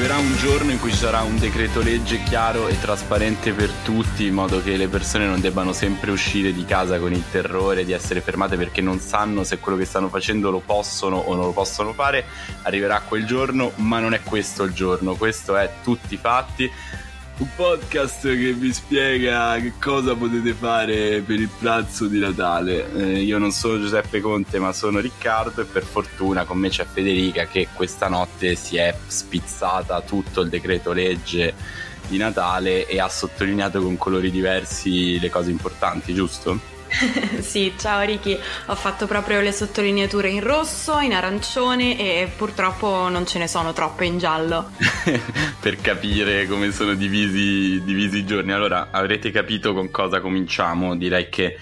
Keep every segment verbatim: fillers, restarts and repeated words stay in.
arriverà un giorno in cui ci sarà un decreto legge chiaro e trasparente per tutti, in modo che le persone non debbano sempre uscire di casa con il terrore di essere fermate perché non sanno se quello che stanno facendo lo possono o non lo possono fare. Arriverà quel giorno, ma non è questo il giorno, questo è Tutti Fatti, un podcast che vi spiega che cosa potete fare per il pranzo di Natale. Eh, io non sono Giuseppe Conte, ma sono Riccardo, e per fortuna con me c'è Federica, che questa notte si è spizzata tutto il decreto legge di Natale e ha sottolineato con colori diversi le cose importanti, giusto? Sì, ciao Ricky, ho fatto proprio le sottolineature in rosso, in arancione e purtroppo non ce ne sono troppe in giallo. Per capire come sono divisi, divisi i giorni. Allora, avrete capito con cosa cominciamo? Direi che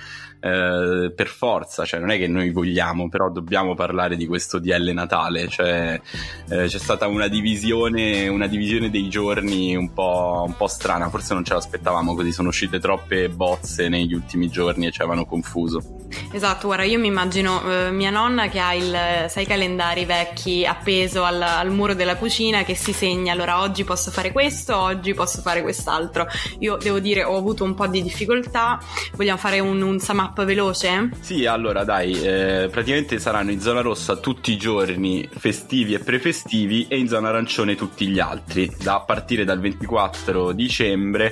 eh, per forza, cioè non è che noi vogliamo, però dobbiamo parlare di questo D L Natale. Cioè eh, c'è stata una divisione, una divisione dei giorni un po', un po' strana, forse non ce l'aspettavamo così, sono uscite troppe bozze negli ultimi giorni e ci avevano confuso. Esatto, guarda, io mi immagino eh, mia nonna che ha il sei calendari vecchi appeso al, al muro della cucina, che si segna: allora oggi posso fare questo, oggi posso fare quest'altro. Io devo dire ho avuto un po' di difficoltà. Vogliamo fare un, un sum up veloce? Sì, allora dai, eh, praticamente saranno in zona rossa tutti i giorni festivi e prefestivi e in zona arancione tutti gli altri, da a partire dal ventiquattro dicembre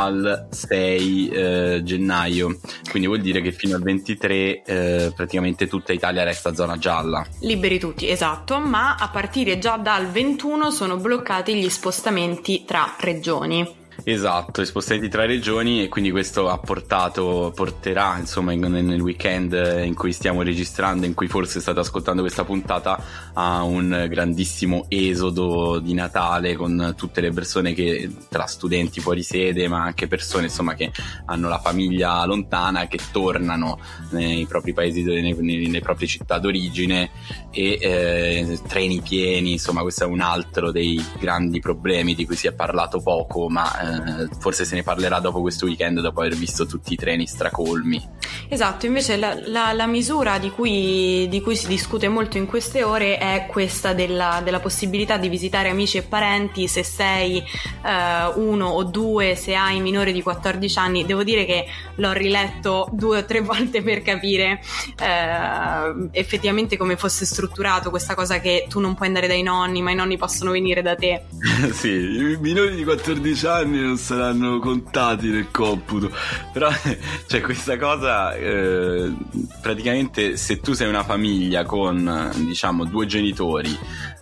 al sei eh, gennaio, quindi vuol dire che fino al ventitré eh, praticamente tutta Italia resta zona gialla. Liberi tutti, esatto, ma a partire già dal ventuno sono bloccati gli spostamenti tra regioni. Esatto, spostamenti tra regioni, e quindi questo ha portato, porterà insomma in, nel weekend in cui stiamo registrando, in cui forse state ascoltando questa puntata, a un grandissimo esodo di Natale, con tutte le persone che, tra studenti fuori sede ma anche persone insomma che hanno la famiglia lontana, che tornano nei propri paesi, nei, nelle proprie città d'origine, e eh, treni pieni. Insomma, questo è un altro dei grandi problemi di cui si è parlato poco, ma eh, forse se ne parlerà dopo questo weekend, dopo aver visto tutti i treni stracolmi. Esatto, invece la, la, la misura di cui, di cui si discute molto in queste ore è questa della, della possibilità di visitare amici e parenti se sei eh, uno o due, se hai minore di quattordici anni. Devo dire che l'ho riletto due o tre volte per capire eh, effettivamente come fosse strutturato questa cosa, che tu non puoi andare dai nonni ma i nonni possono venire da te. Sì, i minori di quattordici anni non saranno contati nel computo, però cioè questa cosa eh, praticamente se tu sei una famiglia con diciamo due genitori,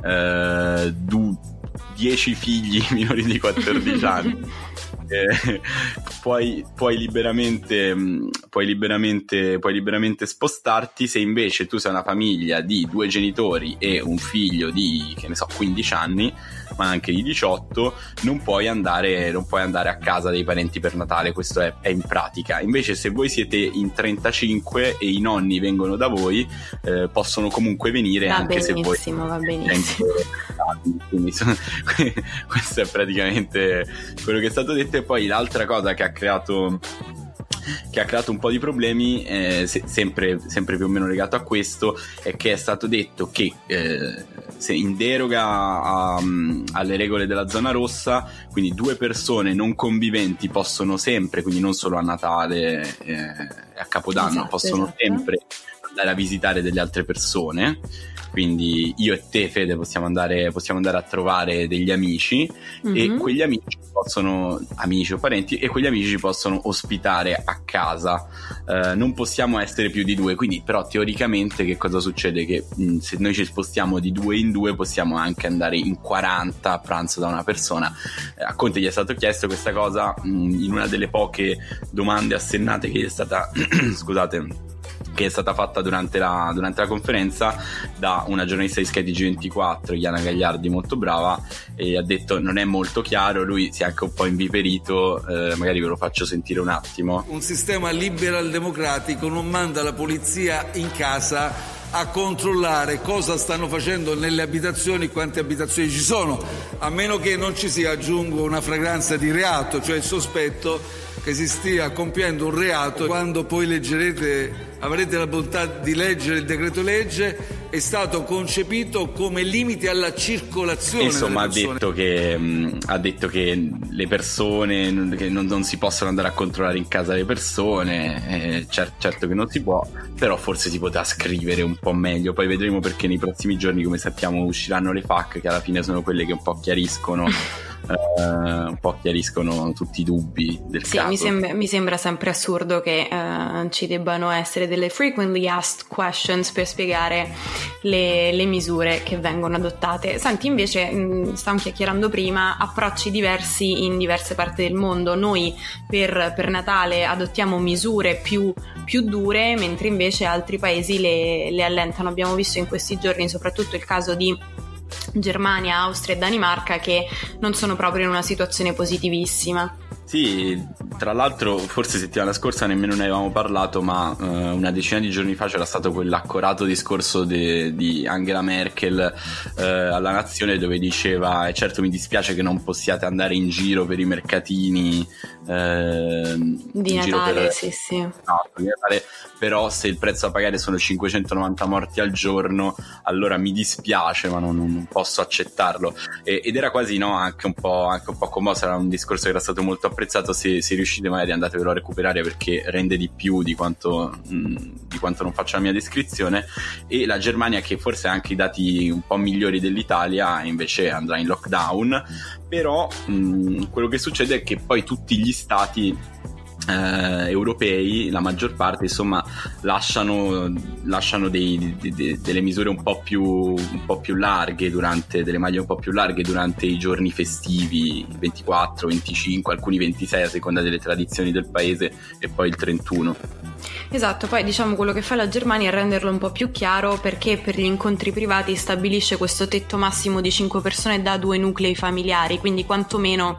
eh, du- dieci figli minori di quattordici anni, eh, puoi, puoi liberamente puoi liberamente puoi liberamente spostarti. Se invece tu sei una famiglia di due genitori e un figlio di, che ne so, quindici anni, ma anche di diciotto, non puoi andare non puoi andare a casa dei parenti per Natale. Questo è, è in pratica. Invece se voi siete in trentacinque e i nonni vengono da voi, eh, possono comunque venire, va anche se voi va benissimo. Quindi questo è praticamente quello che è stato detto. E poi l'altra cosa che ha creato che ha creato un po' di problemi, eh, se, sempre, sempre più o meno legato a questo, è che è stato detto che eh, se in deroga a, alle regole della zona rossa, quindi due persone non conviventi possono sempre, quindi non solo a Natale e eh, a Capodanno, esatto, possono esatto. sempre andare a visitare delle altre persone. Quindi io e te, Fede, possiamo andare, possiamo andare a trovare degli amici, mm-hmm. e quegli amici possono, amici o parenti, e quegli amici ci possono ospitare a casa. Eh, non possiamo essere più di due, quindi però teoricamente che cosa succede? Che mh, se noi ci spostiamo di due in due possiamo anche andare in quaranta a pranzo da una persona. Eh, a Conte gli è stato chiesto questa cosa mh, in una delle poche domande assennate che gli è stata, scusate, che è stata fatta durante la, durante la conferenza da una giornalista di Sky T G ventiquattro, Iana Gagliardi, molto brava, e ha detto non è molto chiaro. Lui si è anche un po' inviperito, eh, magari ve lo faccio sentire un attimo. Un sistema liberal democratico non manda la polizia in casa a controllare cosa stanno facendo nelle abitazioni, quante abitazioni ci sono, a meno che non ci sia, aggiungo, una fragranza di reato, cioè il sospetto che si stia compiendo un reato. Quando poi leggerete avrete la bontà di leggere il decreto legge, è stato concepito come limite alla circolazione. Insomma, ha detto che mh, ha detto che le persone che non, non si possono andare a controllare in casa le persone, eh, cer- certo che non si può, però forse si potrà scrivere un po' meglio. Poi vedremo, perché nei prossimi giorni, come sappiamo, usciranno le F A Q, che alla fine sono quelle che un po' chiariscono Uh, un po' chiariscono tutti i dubbi del sì, caso. Mi sembra, mi sembra sempre assurdo che uh, ci debbano essere delle frequently asked questions per spiegare le, le misure che vengono adottate. Senti, invece, mh, stavamo chiacchierando prima, approcci diversi in diverse parti del mondo. Noi per, per Natale adottiamo misure più, più dure, mentre invece altri paesi le, le allentano. Abbiamo visto in questi giorni soprattutto il caso di Germania, Austria e Danimarca, che non sono proprio in una situazione positivissima. Sì, tra l'altro forse settimana scorsa nemmeno ne avevamo parlato, ma uh, una decina di giorni fa c'era stato quell'accorato discorso de, di Angela Merkel uh, alla nazione, dove diceva: eh, certo mi dispiace che non possiate andare in giro per i mercatini uh, di in Natale, per... sì sì no, di Natale, però se il prezzo da pagare sono cinquecentonovanta morti al giorno, allora mi dispiace, ma non, non posso accettarlo. E, ed era quasi, no, anche un po', anche un po' commosso. Era un discorso che era stato molto apprezzato. Se, se riuscite magari andatevelo a recuperare, perché rende di più di quanto, mh, di quanto non faccia la mia descrizione. E la Germania, che forse ha anche i dati un po' migliori dell'Italia, invece andrà in lockdown. Però mh, quello che succede è che poi tutti gli stati Eh, europei, la maggior parte, insomma, lasciano, lasciano dei, de, de, delle misure un po' più un po' più larghe durante delle maglie un po' più larghe durante i giorni festivi, ventiquattro, venticinque, alcuni ventisei a seconda delle tradizioni del paese, e poi il trentuno. Esatto, poi diciamo quello che fa la Germania è renderlo un po' più chiaro, perché per gli incontri privati stabilisce questo tetto massimo di cinque persone da due nuclei familiari, quindi quantomeno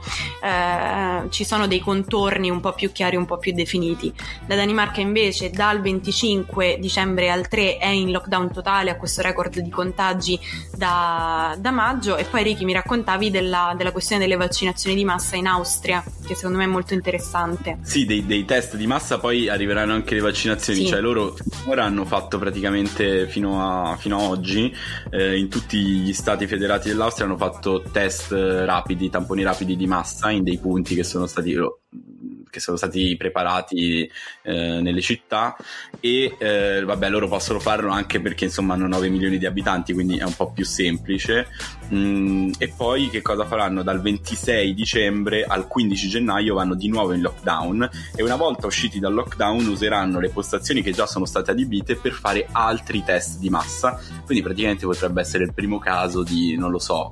eh, ci sono dei contorni un po' più chiari, un po' più definiti. La Danimarca invece dal venticinque dicembre al tre è in lockdown totale, a questo record di contagi da, da maggio. E poi Ricky, mi raccontavi della, della questione delle vaccinazioni di massa in Austria, che secondo me è molto interessante. Sì, dei, dei test di massa, poi arriveranno anche le vaccinazioni, sì. Cioè loro ora hanno fatto praticamente fino a, fino a oggi eh, in tutti gli stati federati dell'Austria hanno fatto test rapidi, tamponi rapidi di massa in dei punti che sono stati che sono stati preparati eh, nelle città. E eh, vabbè, loro possono farlo anche perché insomma hanno nove milioni di abitanti, quindi è un po' più semplice. Mm, e poi che cosa faranno? Dal ventisei dicembre al quindici gennaio vanno di nuovo in lockdown, e una volta usciti dal lockdown useranno le postazioni che già sono state adibite per fare altri test di massa. Quindi praticamente potrebbe essere il primo caso di, non lo so,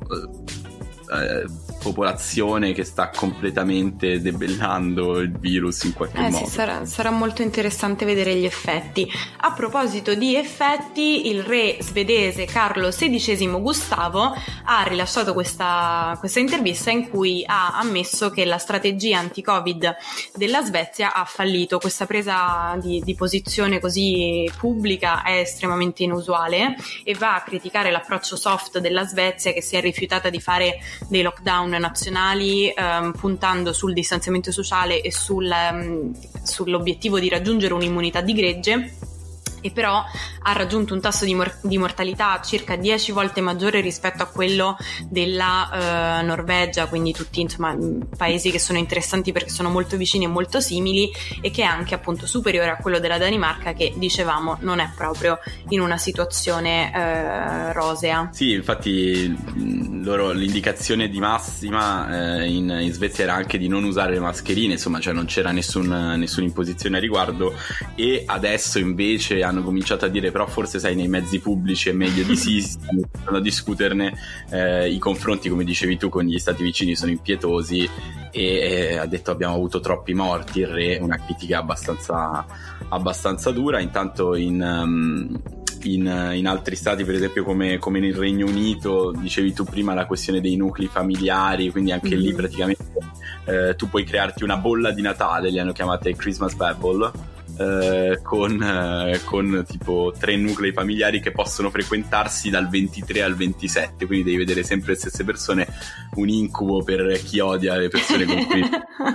eh, popolazione che sta completamente debellando il virus in qualche eh modo. Sì, sarà, sarà molto interessante vedere gli effetti. A proposito di effetti, il re svedese Carlo sedicesimo Gustavo ha rilasciato questa, questa intervista in cui ha ammesso che la strategia anti-Covid della Svezia ha fallito. Questa presa di, di posizione così pubblica è estremamente inusuale e va a criticare l'approccio soft della Svezia, che si è rifiutata di fare dei lockdown nazionali ehm, puntando sul distanziamento sociale e sul, ehm, sull'obiettivo di raggiungere un'immunità di gregge, e però ha raggiunto un tasso di, mor- di mortalità circa dieci volte maggiore rispetto a quello della eh, Norvegia, quindi tutti insomma paesi che sono interessanti perché sono molto vicini e molto simili, e che è anche appunto superiore a quello della Danimarca, che dicevamo non è proprio in una situazione eh, rosea. Sì, infatti loro l'indicazione di massima eh, in, in Svezia era anche di non usare le mascherine, insomma, cioè non c'era nessun, nessuna imposizione a riguardo. E adesso invece hanno cominciato a dire: però forse sai, nei mezzi pubblici è meglio di sì, stanno a discuterne, eh, i confronti, come dicevi tu, con gli stati vicini sono impietosi, e eh, ha detto abbiamo avuto troppi morti il re, una critica abbastanza, abbastanza dura. Intanto in... Um, In, in altri stati, per esempio come, come nel Regno Unito, dicevi tu prima la questione dei nuclei familiari, quindi anche mm-hmm. lì praticamente eh, tu puoi crearti una bolla di Natale, li hanno chiamate Christmas Bubble, eh, con, eh, con tipo tre nuclei familiari che possono frequentarsi dal ventitré al ventisette, quindi devi vedere sempre le stesse persone, un incubo per chi odia le persone con cui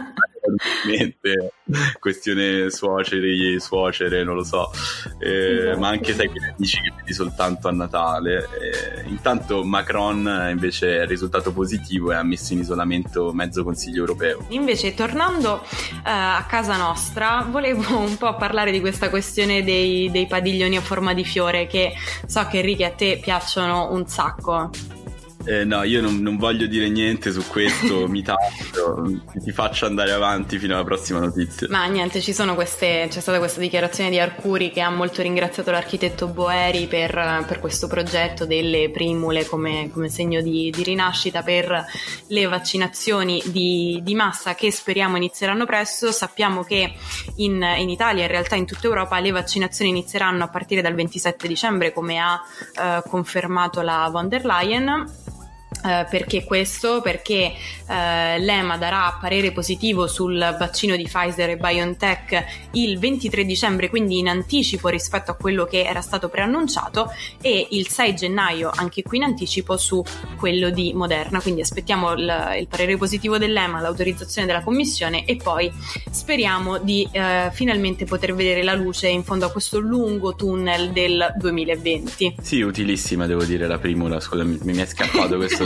paradossalmente, questione suoceri, suocere, non lo so, eh, esatto. Ma anche sai quegli amici che vedi soltanto a Natale. Eh, intanto Macron invece è risultato positivo e ha messo in isolamento mezzo Consiglio europeo. Invece tornando uh, a casa nostra, volevo un po' parlare di questa questione dei, dei padiglioni a forma di fiore, che so che Ricky a te piacciono un sacco. Eh, no, io non, non voglio dire niente su questo, mi taccio, ti faccio andare avanti fino alla prossima notizia. Ma niente, ci sono queste, c'è stata questa dichiarazione di Arcuri che ha molto ringraziato l'architetto Boeri per, per questo progetto delle primule come, come segno di, di rinascita per le vaccinazioni di, di massa che speriamo inizieranno presto. Sappiamo che in, in Italia, in realtà in tutta Europa, le vaccinazioni inizieranno a partire dal ventisette dicembre, come ha eh, confermato la von der Leyen. Uh, perché questo? Perché uh, l'E M A darà parere positivo sul vaccino di Pfizer e BioNTech il ventitré dicembre, quindi in anticipo rispetto a quello che era stato preannunciato, e il sei gennaio anche qui in anticipo su quello di Moderna. Quindi aspettiamo il, il parere positivo dell'E M A, l'autorizzazione della Commissione, e poi speriamo di uh, finalmente poter vedere la luce in fondo a questo lungo tunnel del duemilaventi. Sì, utilissima, devo dire, la primula. Scusa, mi, mi è scappato questo.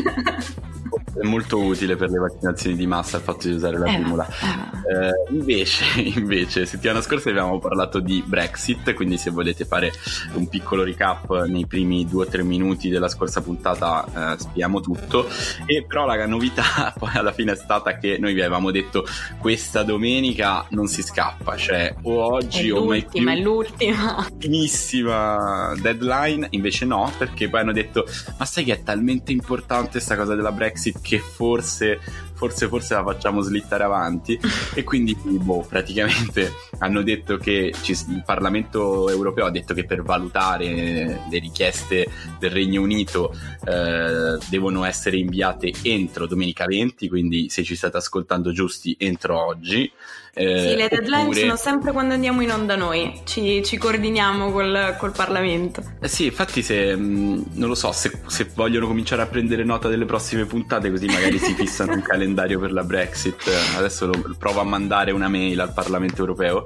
È molto utile per le vaccinazioni di massa il fatto di usare la primula. Eh, invece, invece, settimana scorsa abbiamo parlato di Brexit, quindi se volete fare un piccolo recap nei primi due o tre minuti della scorsa puntata, eh, spieghiamo tutto. E però la novità poi alla fine è stata che noi vi avevamo detto questa domenica non si scappa, cioè o oggi o mai più. È l'ultima. Finissima deadline, invece no, perché poi hanno detto ma sai che è talmente importante questa cosa della Brexit che forse forse forse la facciamo slittare avanti, e quindi boh, praticamente hanno detto che ci, il Parlamento europeo ha detto che per valutare le richieste del Regno Unito eh, devono essere inviate entro domenica venti, quindi se ci state ascoltando giusti, entro oggi. Eh, sì, le deadline oppure... sono sempre quando andiamo in onda noi, ci, ci coordiniamo col, col Parlamento. Eh sì, infatti se mh, non lo so, se, se vogliono cominciare a prendere nota delle prossime puntate, così magari si fissano un calendario per la Brexit. Adesso lo, provo a mandare una mail al Parlamento europeo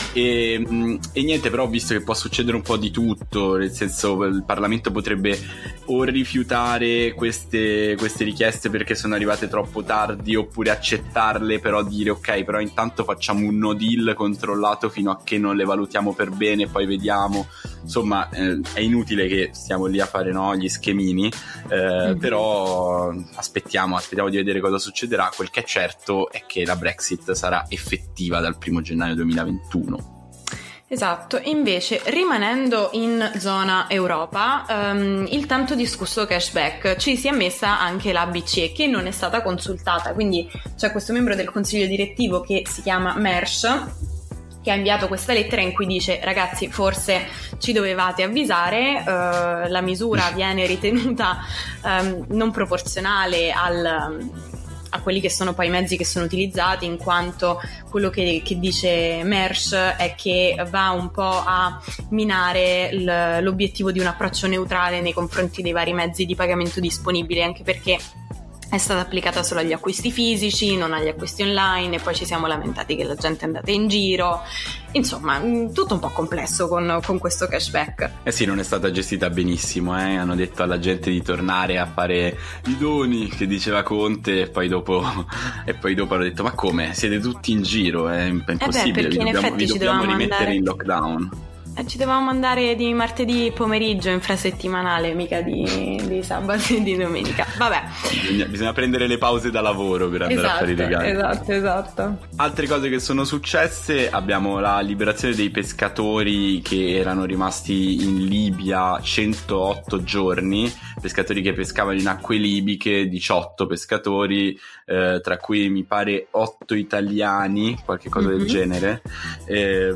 e, mh, e niente, però ho visto che può succedere un po' di tutto, nel senso il Parlamento potrebbe o rifiutare queste, queste richieste perché sono arrivate troppo tardi, oppure accettarle però dire ok, però intanto facciamo un no deal controllato fino a che non le valutiamo per bene e poi vediamo. Insomma, eh, è inutile che stiamo lì a fare no, gli schemini, eh, mm-hmm. però aspettiamo, aspettiamo di vedere cosa succederà. Quel che è certo è che la Brexit sarà effettiva dal primo gennaio duemilaventuno. Esatto, invece rimanendo in zona Europa, um, il tanto discusso cashback, ci si è messa anche la B C E che non è stata consultata, quindi c'è questo membro del consiglio direttivo che si chiama Mersch che ha inviato questa lettera in cui dice ragazzi forse ci dovevate avvisare, uh, la misura viene ritenuta um, non proporzionale al... a quelli che sono poi i mezzi che sono utilizzati, in quanto quello che, che dice Mersch è che va un po' a minare l, l'obiettivo di un approccio neutrale nei confronti dei vari mezzi di pagamento disponibili, anche perché è stata applicata solo agli acquisti fisici, non agli acquisti online, e poi ci siamo lamentati che la gente è andata in giro. Insomma, tutto un po' complesso con, con questo cashback. Eh sì, non è stata gestita benissimo, eh? Hanno detto alla gente di tornare a fare i doni che diceva Conte, e poi dopo, e poi dopo hanno detto ma come? Siete tutti in giro, è impossibile, eh beh, vi dobbiamo, vi dobbiamo rimettere andare... in lockdown. Ci dovevamo andare di martedì pomeriggio infrasettimanale, mica di, di sabato e di domenica. Vabbè. Bisogna, bisogna prendere le pause da lavoro per andare esatto, a fare i regali. Esatto, esatto. Altre cose che sono successe: abbiamo la liberazione dei pescatori che erano rimasti in Libia centootto giorni, pescatori che pescavano in acque libiche, diciotto pescatori, eh, tra cui mi pare otto italiani, qualche cosa mm-hmm. del genere. E,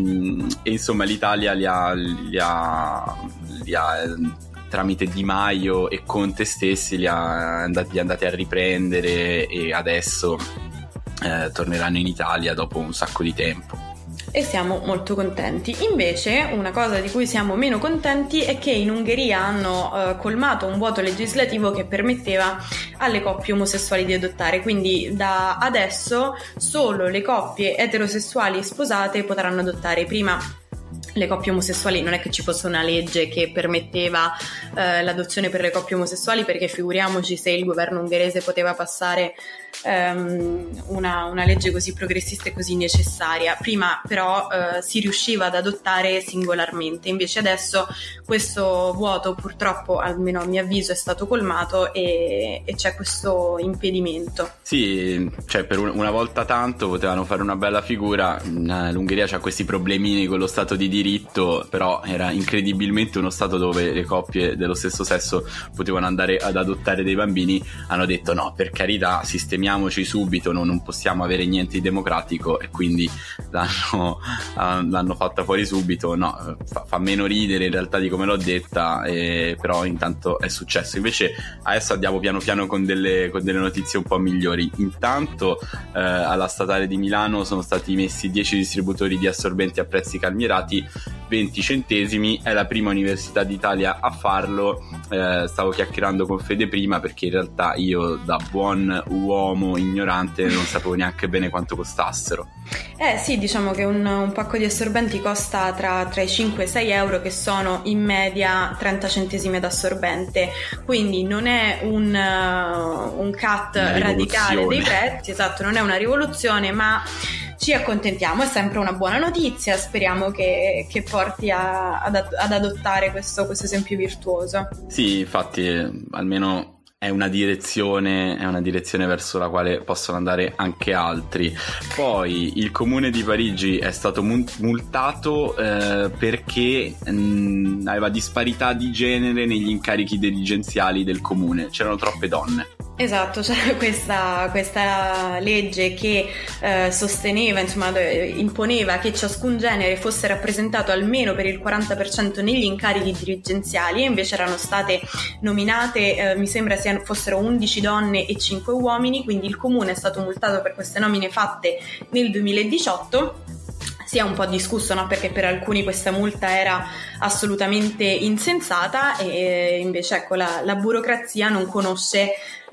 e insomma l'Italia li ha, li ha, li ha tramite Di Maio e Conte stessi li ha andati, li andati a riprendere, e adesso eh, torneranno in Italia dopo un sacco di tempo. e siamo molto contenti. Invece una cosa di cui siamo meno contenti è che in Ungheria hanno eh, colmato un vuoto legislativo che permetteva alle coppie omosessuali di adottare, quindi da adesso solo le coppie eterosessuali sposate potranno adottare. Prima le coppie omosessuali non è che ci fosse una legge che permetteva eh, l'adozione per le coppie omosessuali, perché figuriamoci se il governo ungherese poteva passare ehm, una, una legge così progressista e così necessaria. Prima però eh, si riusciva ad adottare singolarmente, invece adesso questo vuoto purtroppo, almeno a mio avviso, è stato colmato e, e c'è questo impedimento. Sì, cioè per una volta tanto potevano fare una bella figura. L'Ungheria c'ha questi problemini con lo stato di diritto, però era incredibilmente uno stato dove le coppie dello stesso sesso potevano andare ad adottare dei bambini. Hanno detto no, per carità, sistemiamoci subito, no, non possiamo avere niente di democratico, e quindi l'hanno, l'hanno fatta fuori subito. No, fa, fa meno ridere in realtà di come l'ho detta, eh, però intanto è successo. Invece adesso andiamo piano piano con delle, con delle notizie un po' migliori. Intanto eh, alla Statale di Milano sono stati messi dieci distributori di assorbenti a prezzi calmierati, venti centesimi. È la prima università d'Italia a farlo. Eh, stavo chiacchierando con Fede prima, perché in realtà io, da buon uomo ignorante, non sapevo neanche bene quanto costassero. Eh sì, diciamo che un, un pacco di assorbenti costa tra, tra i cinque e i sei euro, che sono in media trenta centesimi ad assorbente, quindi non è un, uh, un cut radicale dei prezzi, esatto, non è una rivoluzione, ma ci accontentiamo, è sempre una buona notizia. Speriamo che, che porti a, ad, ad adottare questo, questo esempio virtuoso. Sì, infatti, almeno è una direzione, è una direzione verso la quale possono andare anche altri. Poi il comune di Parigi è stato multato eh, perché mh, aveva disparità di genere negli incarichi dirigenziali del comune, c'erano troppe donne. Esatto, c'era questa, questa legge che eh, sosteneva, insomma, imponeva che ciascun genere fosse rappresentato almeno per il quaranta per cento negli incarichi dirigenziali, e invece erano state nominate, eh, mi sembra siano, fossero undici donne e cinque uomini, quindi il comune è stato multato per queste nomine fatte nel duemiladiciotto. Si è un po' discusso, no? Perché per alcuni questa multa era assolutamente insensata, e invece ecco la, la burocrazia non conosce,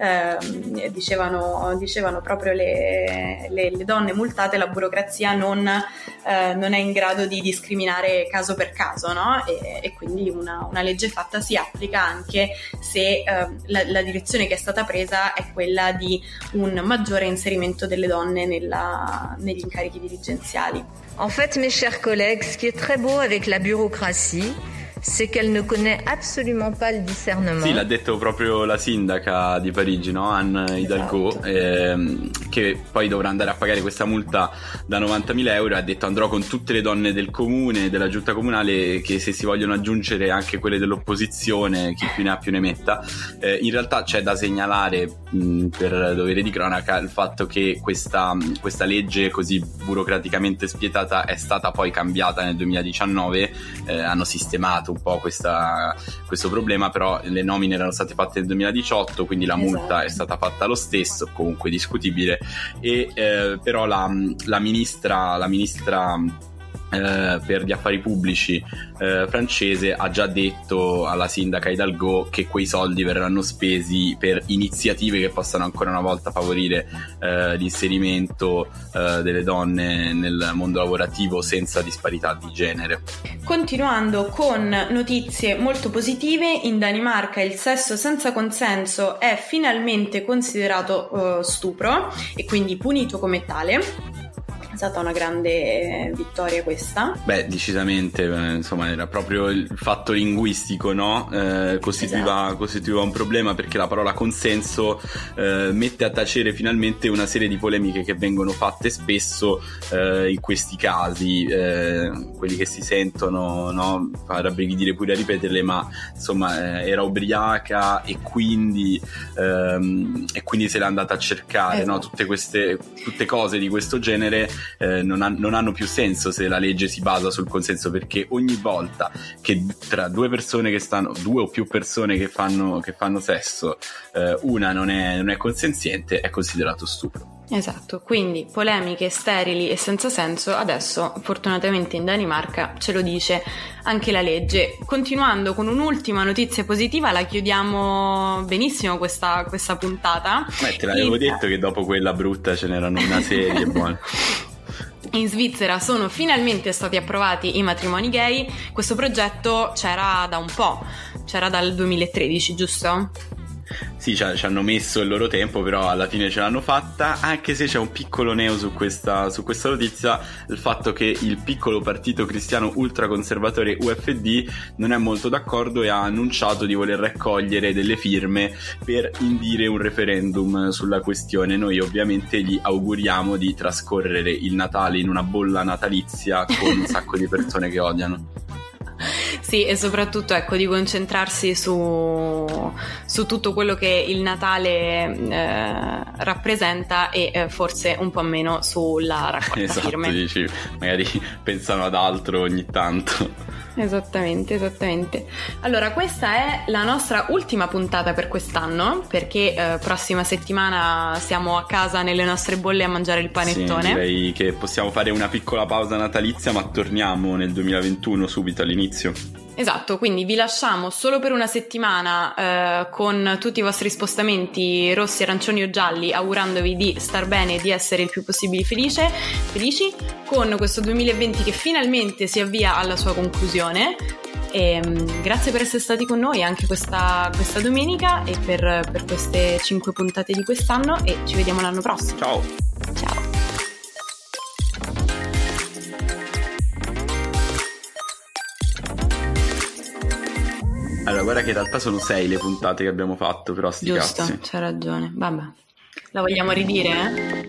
eh, dicevano, dicevano proprio le, le, le donne multate, la burocrazia non, eh, non è in grado di discriminare caso per caso, no? E, e quindi una, una legge fatta si applica anche se eh, la, la direzione che è stata presa è quella di un maggiore inserimento delle donne nella, negli incarichi dirigenziali. En fait, mes chers collègues, ce qui est très beau avec la bureaucratie, c'est qu'elle ne connaît absolument pas le discernement. Sì, l'ha detto proprio la sindaca di Parigi, no? Anne Hidalgo, esatto. ehm, che poi dovrà andare a pagare questa multa da novantamila euro. Ha detto: andrò con tutte le donne del comune, della giunta comunale, che se si vogliono aggiungere anche quelle dell'opposizione, chi più ne ha più ne metta. Eh, in realtà c'è da segnalare, mh, per dovere di cronaca, il fatto che questa, questa legge così burocraticamente spietata è stata poi cambiata nel duemiladiciannove. Eh, hanno sistemato un po' questa, questo problema, però le nomine erano state fatte nel duemiladiciotto, quindi la multa, esatto, è stata fatta lo stesso, comunque discutibile. E eh, però la, la ministra la ministra eh, per gli affari pubblici eh, francese ha già detto alla sindaca Hidalgo che quei soldi verranno spesi per iniziative che possano ancora una volta favorire eh, l'inserimento eh, delle donne nel mondo lavorativo senza disparità di genere. Continuando con notizie molto positive, in Danimarca il sesso senza consenso è finalmente considerato uh, stupro e quindi punito come tale. È stata una grande vittoria questa. Beh, decisamente, insomma, era proprio il fatto linguistico, no? Eh, costituiva, esatto. costituiva un problema, perché la parola consenso eh, mette a tacere finalmente una serie di polemiche che vengono fatte spesso eh, in questi casi, eh, quelli che si sentono, no? Fa rabbrividire pure a ripeterle, ma insomma eh, era ubriaca e quindi ehm, e quindi se l'è andata a cercare, esatto. no? Tutte queste tutte cose di questo genere Eh, non, ha, non hanno più senso se la legge si basa sul consenso, perché ogni volta che tra due persone che stanno, due o più persone che fanno, che fanno sesso, eh, una non è, non è consenziente, è considerato stupro. Esatto, quindi polemiche sterili e senza senso, adesso fortunatamente in Danimarca ce lo dice anche la legge. Continuando con un'ultima notizia positiva, la chiudiamo benissimo questa, questa puntata. Beh, te l'avevo in... detto che dopo quella brutta ce n'erano una serie buona. In Svizzera sono finalmente stati approvati i matrimoni gay. Questo progetto c'era da un po', c'era dal duemilatredici, giusto? Sì, ci hanno messo il loro tempo, però alla fine ce l'hanno fatta, anche se c'è un piccolo neo su questa, su questa notizia, il fatto che il piccolo partito cristiano ultraconservatore U F D non è molto d'accordo e ha annunciato di voler raccogliere delle firme per indire un referendum sulla questione. Noi ovviamente gli auguriamo di trascorrere il Natale in una bolla natalizia con un sacco di persone che odiano. Sì, e soprattutto ecco di concentrarsi su, su tutto quello che il Natale eh, rappresenta e eh, forse un po' meno sulla raccolta esatto, firme. Dici, magari pensano ad altro ogni tanto. Esattamente, esattamente. Allora, questa è la nostra ultima puntata per quest'anno, perché eh, prossima settimana siamo a casa nelle nostre bolle a mangiare il panettone. Sì, direi che possiamo fare una piccola pausa natalizia, ma torniamo nel duemilaventuno subito all'inizio. Esatto, quindi vi lasciamo solo per una settimana eh, con tutti i vostri spostamenti rossi, arancioni o gialli, augurandovi di star bene e di essere il più possibile felice, felici, con questo duemilaventi che finalmente si avvia alla sua conclusione. E, um, grazie per essere stati con noi anche questa, questa domenica e per, per queste cinque puntate di quest'anno, e ci vediamo l'anno prossimo. Ciao! Ciao! Allora, guarda che in realtà sono sei le puntate che abbiamo fatto, però sti Giusto, cazzi. c'ha ragione. Vabbè. La vogliamo ridire, eh?